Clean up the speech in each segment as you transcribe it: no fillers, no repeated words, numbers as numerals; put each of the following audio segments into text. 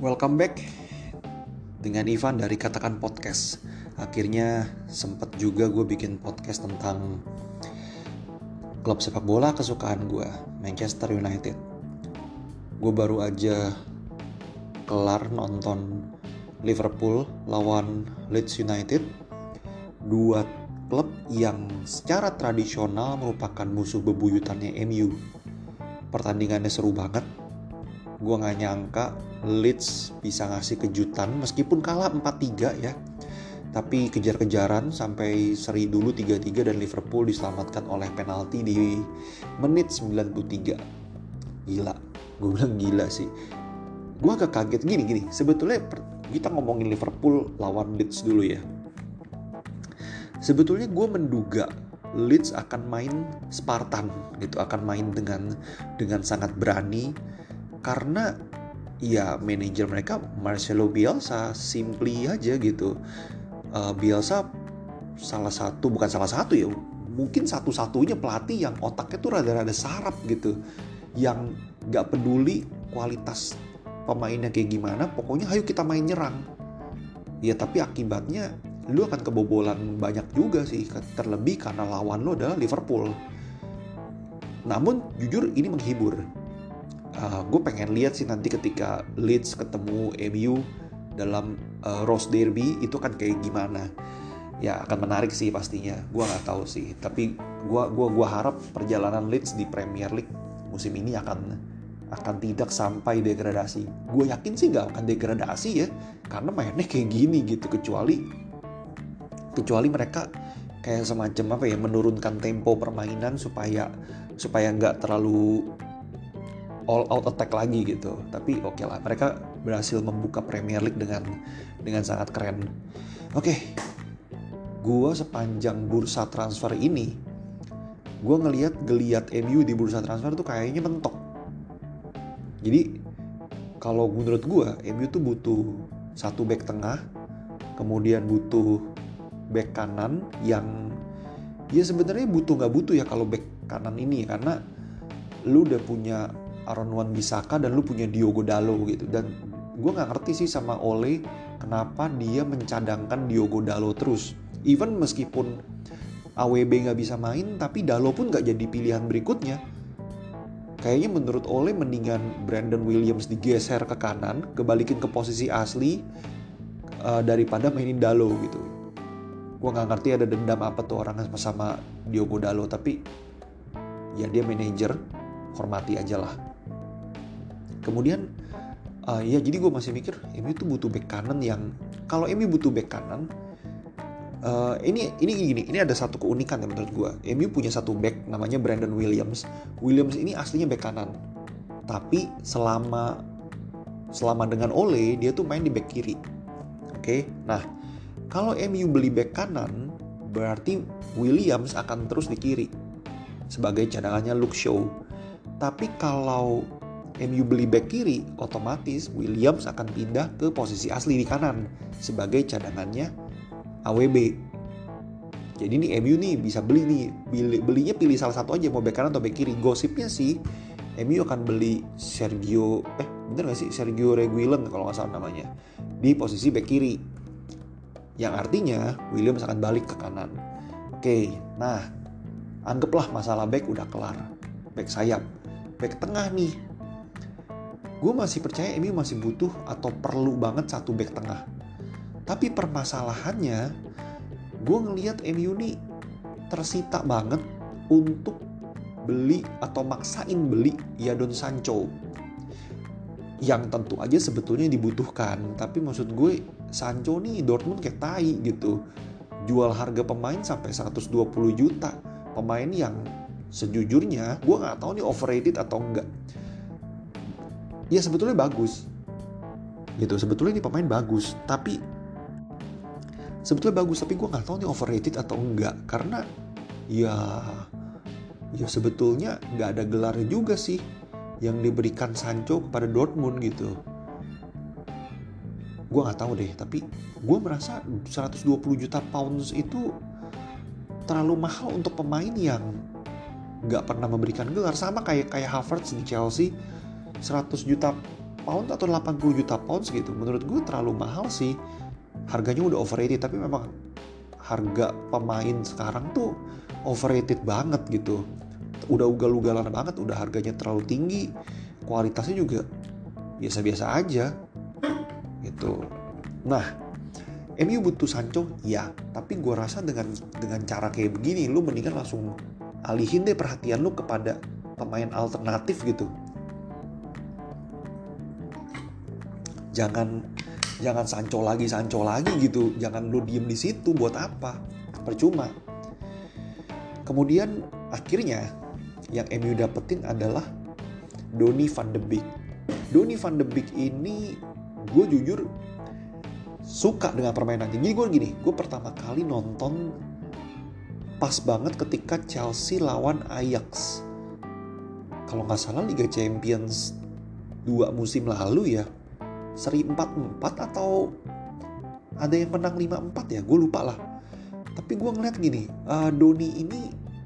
Welcome back dengan Ivan dari Katakan Podcast. Akhirnya sempet juga gue bikin podcast tentang klub sepak bola kesukaan gue, Manchester United. Gue baru aja kelar nonton Liverpool lawan Leeds United, dua klub yang secara tradisional merupakan musuh bebuyutannya MU. Pertandingannya seru banget. Gue gak nyangka Leeds bisa ngasih kejutan meskipun kalah 4-3 ya. Tapi kejar-kejaran sampai seri dulu 3-3 dan Liverpool diselamatkan oleh penalti di menit 93. Gila, gue bilang gila sih. Gue agak kaget gini. Sebetulnya kita ngomongin Liverpool lawan Leeds dulu ya. Sebetulnya gue menduga Leeds akan main Spartan gitu, akan main dengan sangat berani. Karena ya manajer mereka Marcelo Bielsa, simply aja gitu. Bielsa bukan salah satu ya, mungkin satu-satunya pelatih yang otaknya tuh rada-rada sarap gitu, yang gak peduli kualitas pemainnya kayak gimana, pokoknya ayo kita main nyerang. Ya tapi akibatnya lu akan kebobolan banyak juga sih, terlebih karena lawan lu adalah Liverpool. Namun jujur ini menghibur. Gue pengen lihat sih nanti ketika Leeds ketemu MU dalam Rose Derby itu kan kayak gimana. Ya akan menarik sih pastinya. Gue nggak tahu sih. Tapi gue harap perjalanan Leeds di Premier League musim ini akan tidak sampai degradasi. Gue yakin sih nggak akan degradasi ya, karena mainnya kayak gini gitu. Kecuali mereka kayak semacam menurunkan tempo permainan supaya nggak terlalu all out attack lagi gitu. Tapi oke lah, mereka berhasil membuka Premier League dengan sangat keren. Oke, gue sepanjang bursa transfer ini, gue geliat MU di bursa transfer tuh kayaknya mentok. Jadi kalau menurut gue, MU tuh butuh satu back tengah, kemudian butuh back kanan yang ya sebenarnya nggak butuh ya kalau back kanan ini, karena lu udah punya Aaron Wan-Bissaka dan lu punya Diogo Dalot gitu. Dan gue gak ngerti sih sama Ole kenapa dia mencadangkan Diogo Dalot terus. Even meskipun AWB gak bisa main, tapi Dalot pun gak jadi pilihan berikutnya. Kayaknya menurut Ole mendingan Brandon Williams digeser ke kanan, kebalikin ke posisi asli daripada mainin Dalot gitu. Gue gak ngerti ada dendam apa tuh orang sama Diogo Dalot, tapi ya dia manajer, hormati aja lah. Kemudian jadi gue masih mikir MU tuh butuh back kanan yang, kalau MU butuh back kanan, ini ada satu keunikan ya menurut gue. MU punya satu back namanya Brandon Williams. Williams ini aslinya back kanan, tapi selama dengan Ole dia tuh main di back kiri. Oke, nah kalau MU beli back kanan berarti Williams akan terus di kiri sebagai cadangannya Luke Shaw. Tapi kalau MU beli back kiri, otomatis Williams akan pindah ke posisi asli di kanan sebagai cadangannya AWB. Jadi nih MU nih bisa belinya pilih salah satu aja, mau back kanan atau back kiri. Gosipnya sih MU akan beli Sergio Reguilon kalau nggak salah namanya di posisi back kiri, yang artinya Williams akan balik ke kanan. Oke, nah anggaplah masalah back udah kelar. Back sayap, back tengah nih, gue masih percaya MU masih butuh atau perlu banget satu back tengah. Tapi permasalahannya, gue ngelihat MU nih tersita banget untuk beli atau maksain beli Jadon Sancho, yang tentu aja sebetulnya dibutuhkan. Tapi maksud gue, Sancho nih Dortmund kayak tai gitu, jual harga pemain sampai 120 juta. Pemain yang sejujurnya gue gak tahu nih overrated atau enggak. Ya sebetulnya bagus gitu, sebetulnya ini pemain bagus, tapi gue gak tahu nih overrated atau enggak. Karena ya sebetulnya gak ada gelarnya juga sih yang diberikan Sancho kepada Dortmund gitu. Gue gak tahu deh, tapi gue merasa 120 juta pounds itu terlalu mahal untuk pemain yang gak pernah memberikan gelar. Sama kayak Havertz di Chelsea, 100 juta pound atau 80 juta pounds gitu. Menurut gue terlalu mahal sih. Harganya udah overrated, tapi memang harga pemain sekarang tuh overrated banget gitu. Udah ugal-ugalan banget, udah harganya terlalu tinggi, kualitasnya juga biasa-biasa aja gitu. Nah, MU butuh Sancho, ya, tapi gue rasa dengan cara kayak begini, lu mendingan langsung alihin deh perhatian lu kepada pemain alternatif gitu. Jangan Sancho lagi gitu. Jangan lu diem di situ, buat apa? Percuma. Kemudian akhirnya yang MU dapetin adalah Donny van de Beek. Donny van de Beek ini gue jujur suka dengan permainannya. Jadi gue pertama kali nonton pas banget ketika Chelsea lawan Ajax. Kalau nggak salah Liga Champions 2 musim lalu ya. Seri 4-4 atau ada yang menang 5-4 ya, gue lupa lah. Tapi gue ngeliat gini, Donny ini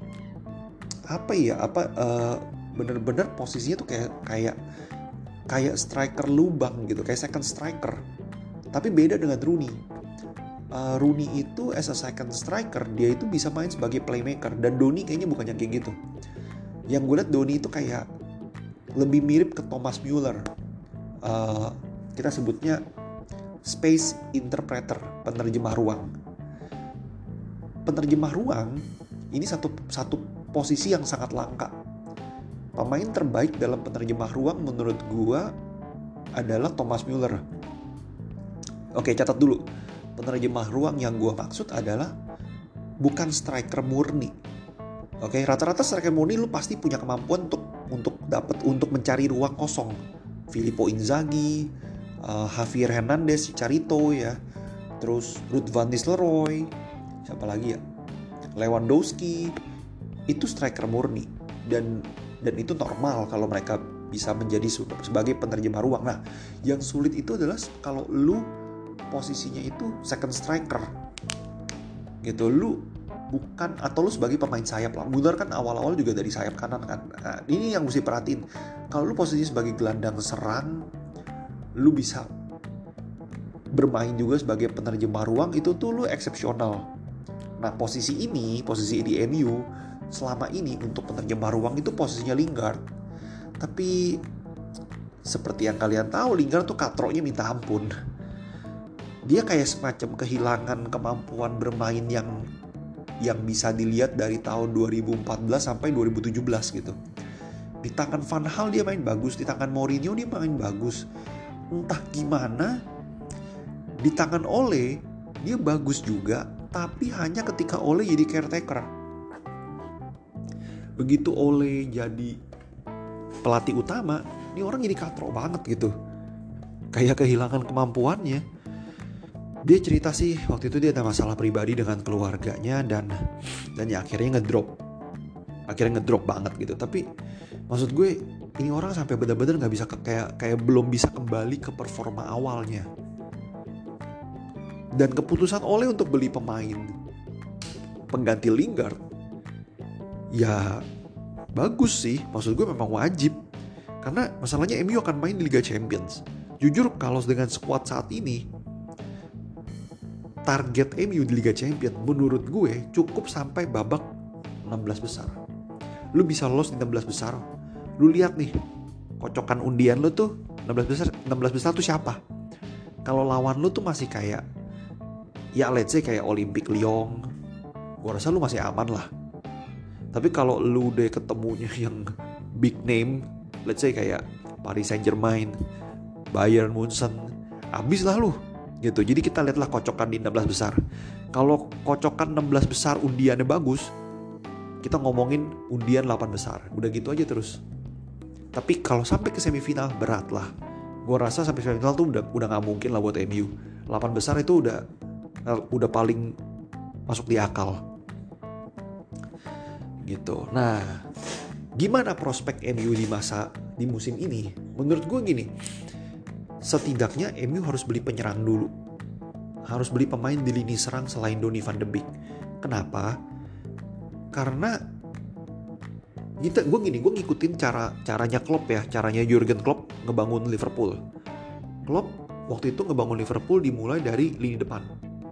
bener-bener posisinya tuh kayak striker lubang gitu, kayak second striker. Tapi beda dengan Rooney. Rooney itu as a second striker, dia itu bisa main sebagai playmaker. Dan Donny kayaknya bukan yang kayak gitu. Yang gue liat Donny itu kayak lebih mirip ke Thomas Müller. Kita sebutnya space interpreter, penerjemah ruang. Penerjemah ruang ini satu posisi yang sangat langka. Pemain terbaik dalam penerjemah ruang menurut gua adalah Thomas Müller. Oke, catat dulu. Penerjemah ruang yang gua maksud adalah bukan striker murni. Oke, rata-rata striker murni lu pasti punya kemampuan untuk mencari ruang kosong. Filippo Inzaghi, Javier Hernandez, Chicharito ya. Terus Ruud van Nistelrooy, siapa lagi ya? Lewandowski. Itu striker murni dan itu normal kalau mereka bisa menjadi sebagai penerjemah ruang. Nah, yang sulit itu adalah kalau lu posisinya itu second striker gitu, lu bukan, atau lu sebagai pemain sayap lah. Müller kan awal-awal juga dari sayap kanan kan. Nah, ini yang mesti perhatiin. Kalau lu posisinya sebagai gelandang serang, lu bisa bermain juga sebagai penerjemah ruang, itu tuh lu eksepsional. Nah, posisi di MU selama ini untuk penerjemah ruang itu posisinya Lingard. Tapi seperti yang kalian tahu, Lingard tuh katroknya minta ampun. Dia kayak semacam kehilangan kemampuan bermain yang bisa dilihat dari tahun 2014 sampai 2017 gitu. Di tangan Van Gaal dia main bagus, di tangan Mourinho dia main bagus. Entah gimana, di tangan Ole dia bagus juga, tapi hanya ketika Ole jadi caretaker. Begitu Ole jadi pelatih utama, ini orang jadi katrok banget gitu. Kayak kehilangan kemampuannya. Dia cerita sih waktu itu dia ada masalah pribadi dengan keluarganya dan ya akhirnya ngedrop banget gitu. Tapi maksud gue ini orang sampai benar-benar nggak bisa kayak belum bisa kembali ke performa awalnya. Dan keputusan Ole untuk beli pemain pengganti Lingard ya bagus sih, maksud gue memang wajib. Karena masalahnya MU akan main di Liga Champions. Jujur kalau dengan skuad saat ini, target MU di Liga Champions menurut gue cukup sampai babak 16 besar. Lu bisa lolos di 16 besar. Lu lihat nih, kocokan undian lu tuh 16 besar tuh siapa? Kalau lawan lu tuh masih kayak, ya let's say kayak Olympique Lyon, gue rasa lu masih aman lah. Tapi kalau lu udah ketemunya yang big name, let's say kayak Paris Saint-Germain, Bayern Munchen, abis lah lu gitu. Jadi kita lihatlah kocokan di 16 besar. Kalau kocokan 16 besar undiannya bagus, kita ngomongin undian 8 besar. Udah gitu aja terus. Tapi kalau sampai ke semifinal, berat lah. Gue rasa sampai semifinal tuh udah gak mungkin lah buat MU. 8 besar itu udah paling masuk di akal gitu. Nah, gimana prospek MU di musim ini? Menurut gue gini, setidaknya MU harus beli penyerang dulu. Harus beli pemain di lini serang selain Donny van de Beek. Kenapa? Karena gue ngikutin caranya Klopp ya, caranya Jurgen Klopp ngebangun Liverpool. Klopp waktu itu ngebangun Liverpool dimulai dari lini depan.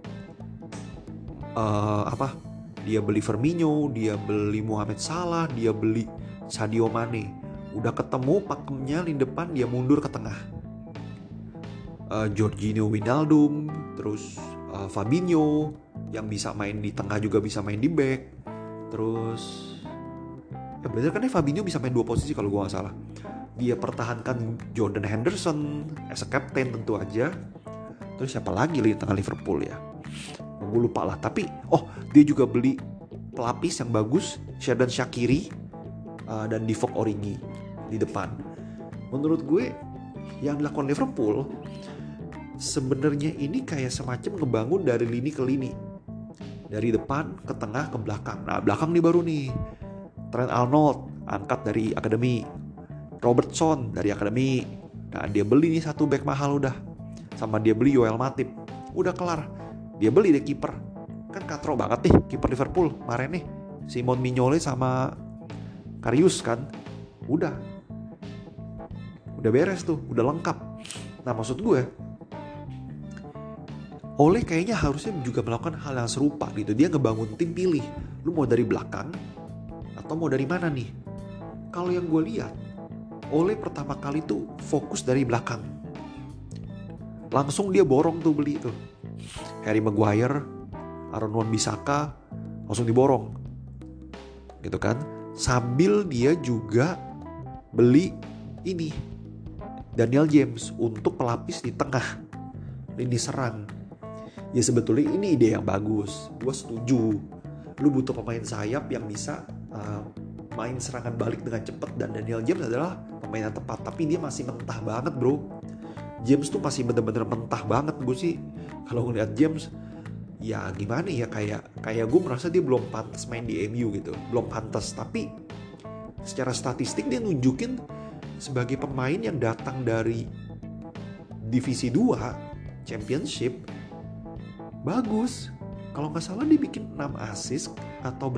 Dia beli Firmino, dia beli Mohamed Salah, dia beli Sadio Mane. Udah ketemu pakemnya lini depan, dia mundur ke tengah. Jorginho Wijnaldum, terus Fabinho yang bisa main di tengah juga bisa main di back. Terus bener kan Fabinho bisa main 2 posisi kalau gue gak salah. Dia pertahankan Jordan Henderson as a captain tentu aja. Terus siapa lagi di tengah Liverpool ya, gue lupa lah. Tapi dia juga beli pelapis yang bagus, Xherdan Shaqiri dan Divock Origi di depan. Menurut gue yang dilakukan Liverpool sebenarnya ini kayak semacam ngebangun dari lini ke lini, dari depan ke tengah ke belakang. Nah belakang nih baru nih Trent Arnold angkat dari akademi, Robertson dari akademi. Nah dia beli nih 1 back mahal udah, sama dia beli Joel Matip, udah kelar. Dia beli deh kiper, kan katro banget nih kiper Liverpool kemarin nih, Simon Mignolet sama Karius kan, udah beres tuh, udah lengkap. Nah maksud gue, Ole kayaknya harusnya juga melakukan hal yang serupa gitu. Dia ngebangun tim, pilih lu mau dari belakang atau mau dari mana nih. Kalau yang gue lihat, Ole pertama kali tuh fokus dari belakang, langsung dia borong tuh beli tuh Harry Maguire, Aaron Wan-Bissaka, langsung diborong gitu kan. Sambil dia juga beli ini Daniel James untuk pelapis di tengah lini serang. Ya sebetulnya ini ide yang bagus, gue setuju. Lu butuh pemain sayap yang bisa main serangan balik dengan cepat, dan Daniel James adalah pemain yang tepat. Tapi dia masih mentah banget bro. James tuh masih bener-bener mentah banget. Gue sih kalau ngeliat James, ya gimana ya, kayak gue merasa dia belum pantas main di MU gitu, belum pantas. Tapi secara statistik dia nunjukin sebagai pemain yang datang dari divisi 2 Championship bagus. Kalau nggak salah dia bikin 6 assist atau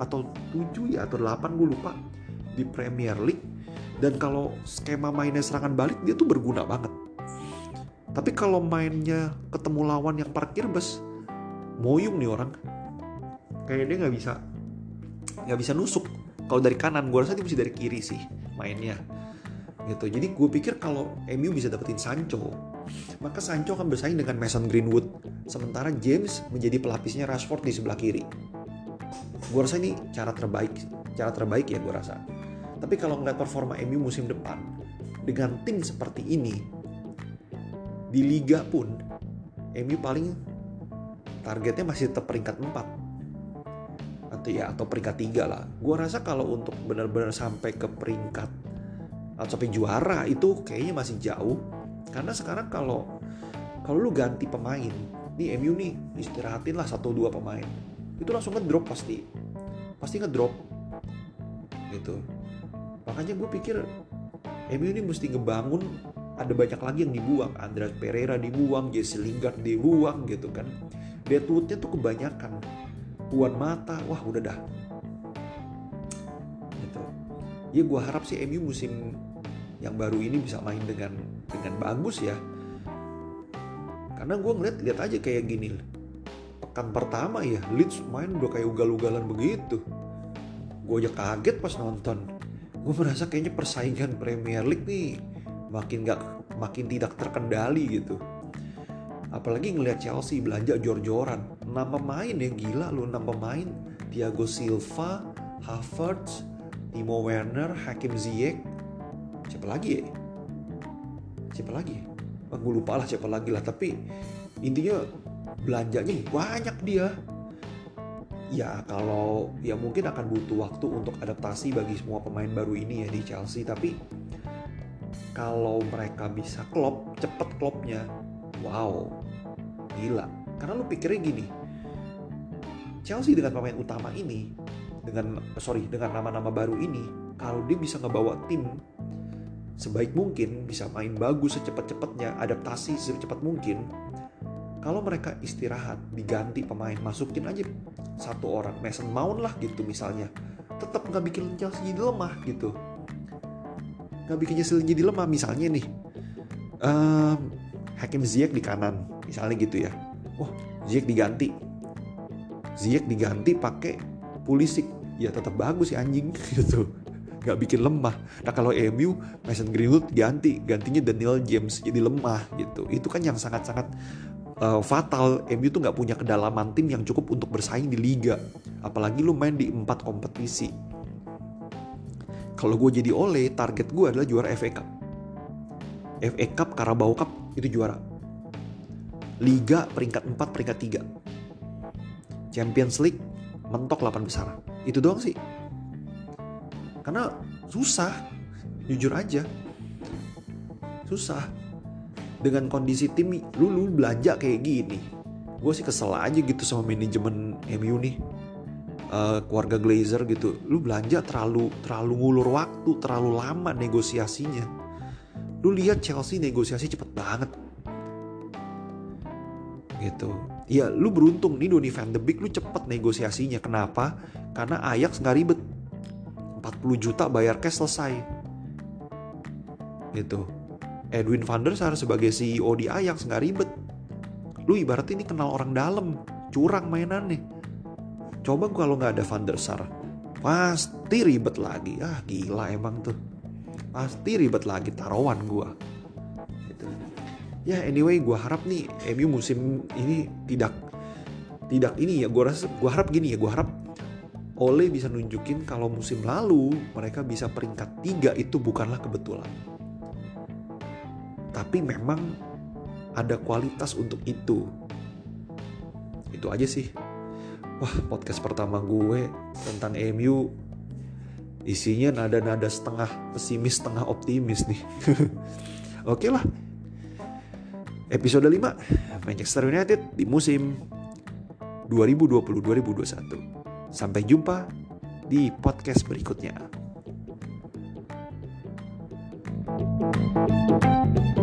7 ya atau 8 gue lupa di Premier League. Dan kalau skema mainnya serangan balik dia tuh berguna banget. Tapi kalau mainnya ketemu lawan yang parkir bus, moyung nih orang. Kayaknya dia nggak bisa nusuk. Kalau dari kanan, gue rasa dia mesti dari kiri sih mainnya gitu. Jadi gue pikir kalau MU bisa dapetin Sancho, maka Sancho akan bersaing dengan Mason Greenwood, sementara James menjadi pelapisnya Rashford di sebelah kiri. Gue rasa ini cara terbaik ya gue rasa. Tapi kalau ngeliat performa MU musim depan dengan tim seperti ini, di Liga pun MU paling targetnya masih tetap peringkat 4 atau peringkat 3 lah. Gue rasa kalau untuk benar-benar sampai ke peringkat atau sampai juara itu kayaknya masih jauh. Karena sekarang kalau lu ganti pemain, nih MU nih istirahatin lah 1-2 pemain, itu langsung ngedrop, pasti ngedrop gitu. Makanya gue pikir MU ini mesti ngebangun. Ada banyak lagi yang dibuang, Andreas Pereira dibuang, Jesse Lingard dibuang gitu kan. Deadwoodnya tuh kebanyakan, Juan Mata, wah udah dah gitu. Ya gue harap sih MU musim yang baru ini bisa main dengan bagus ya. Karena gue lihat aja kayak gini, pekan pertama ya Leeds main udah kayak ugal-ugalan begitu. Gue aja kaget pas nonton. Gue merasa kayaknya persaingan Premier League nih makin tidak terkendali gitu. Apalagi ngelihat Chelsea belanja jor-joran, 6 pemain ya, gila lu, 6 pemain. Thiago Silva, Havertz, Timo Werner, Hakim Ziyech, siapa lagi? Gue lupa lah siapa lagi lah. Tapi intinya belanjanya banyak dia. Ya kalau ya mungkin akan butuh waktu untuk adaptasi bagi semua pemain baru ini ya di Chelsea. Tapi kalau mereka bisa cepet klopnya, wow, gila. Karena lu pikirnya gini, Chelsea dengan pemain utama ini, dengan nama-nama baru ini, kalau dia bisa ngebawa tim sebaik mungkin, bisa main bagus secepat-cepatnya, adaptasi secepat mungkin. Kalau mereka istirahat, diganti pemain, masukin aja 1 orang, Mason Mount lah gitu misalnya, tetap nggak bikin Chelsea jadi lemah gitu. Nggak bikin Chelsea jadi lemah. Misalnya nih, Hakim Ziyech di kanan, misalnya gitu ya. Wah, Ziyech diganti pakai Pulisic, ya tetap bagus sih anjing gitu, nggak bikin lemah. Nah kalau MU, Mason Greenwood gantinya Daniel James, jadi lemah gitu. Itu kan yang sangat-sangat fatal. MU tuh nggak punya kedalaman tim yang cukup untuk bersaing di liga, apalagi lu main di 4 kompetisi. Kalau gue jadi Ole, target gue adalah juara FA Cup, Carabao Cup itu juara. Liga peringkat 4, peringkat 3. Champions League mentok 8 besar. Itu doang sih. Karena susah, jujur aja. Susah. Dengan kondisi tim lu belanja kayak gini. Gue sih kesel aja gitu sama manajemen MU nih. Keluarga Glazer gitu, lu belanja terlalu ngulur waktu, terlalu lama negosiasinya. Lu lihat Chelsea negosiasi cepet banget gitu. Ya lu beruntung nih Donny van de Beek, lu cepet negosiasinya. Kenapa? Karena Ajax gak ribet, 40 juta bayar cash selesai gitu. Edwin van der Sar sebagai CEO di Ajax gak ribet. Lu ibaratnya ini kenal orang dalam, curang mainannya. Coba kalau gak ada Van der Sar, pasti ribet lagi. Gila emang tuh, pasti ribet lagi taruhan gue gitu. Ya anyway, gue harap nih MU musim ini tidak ini ya. Gue harap gini ya, gue harap Ole bisa nunjukin kalau musim lalu mereka bisa peringkat 3 itu bukanlah kebetulan, tapi memang ada kualitas untuk itu. Itu aja sih. Wah, podcast pertama gue tentang MU isinya nada-nada setengah pesimis, setengah optimis nih. Oke lah. Episode 5 Manchester United di musim 2020-2021. Sampai jumpa di podcast berikutnya.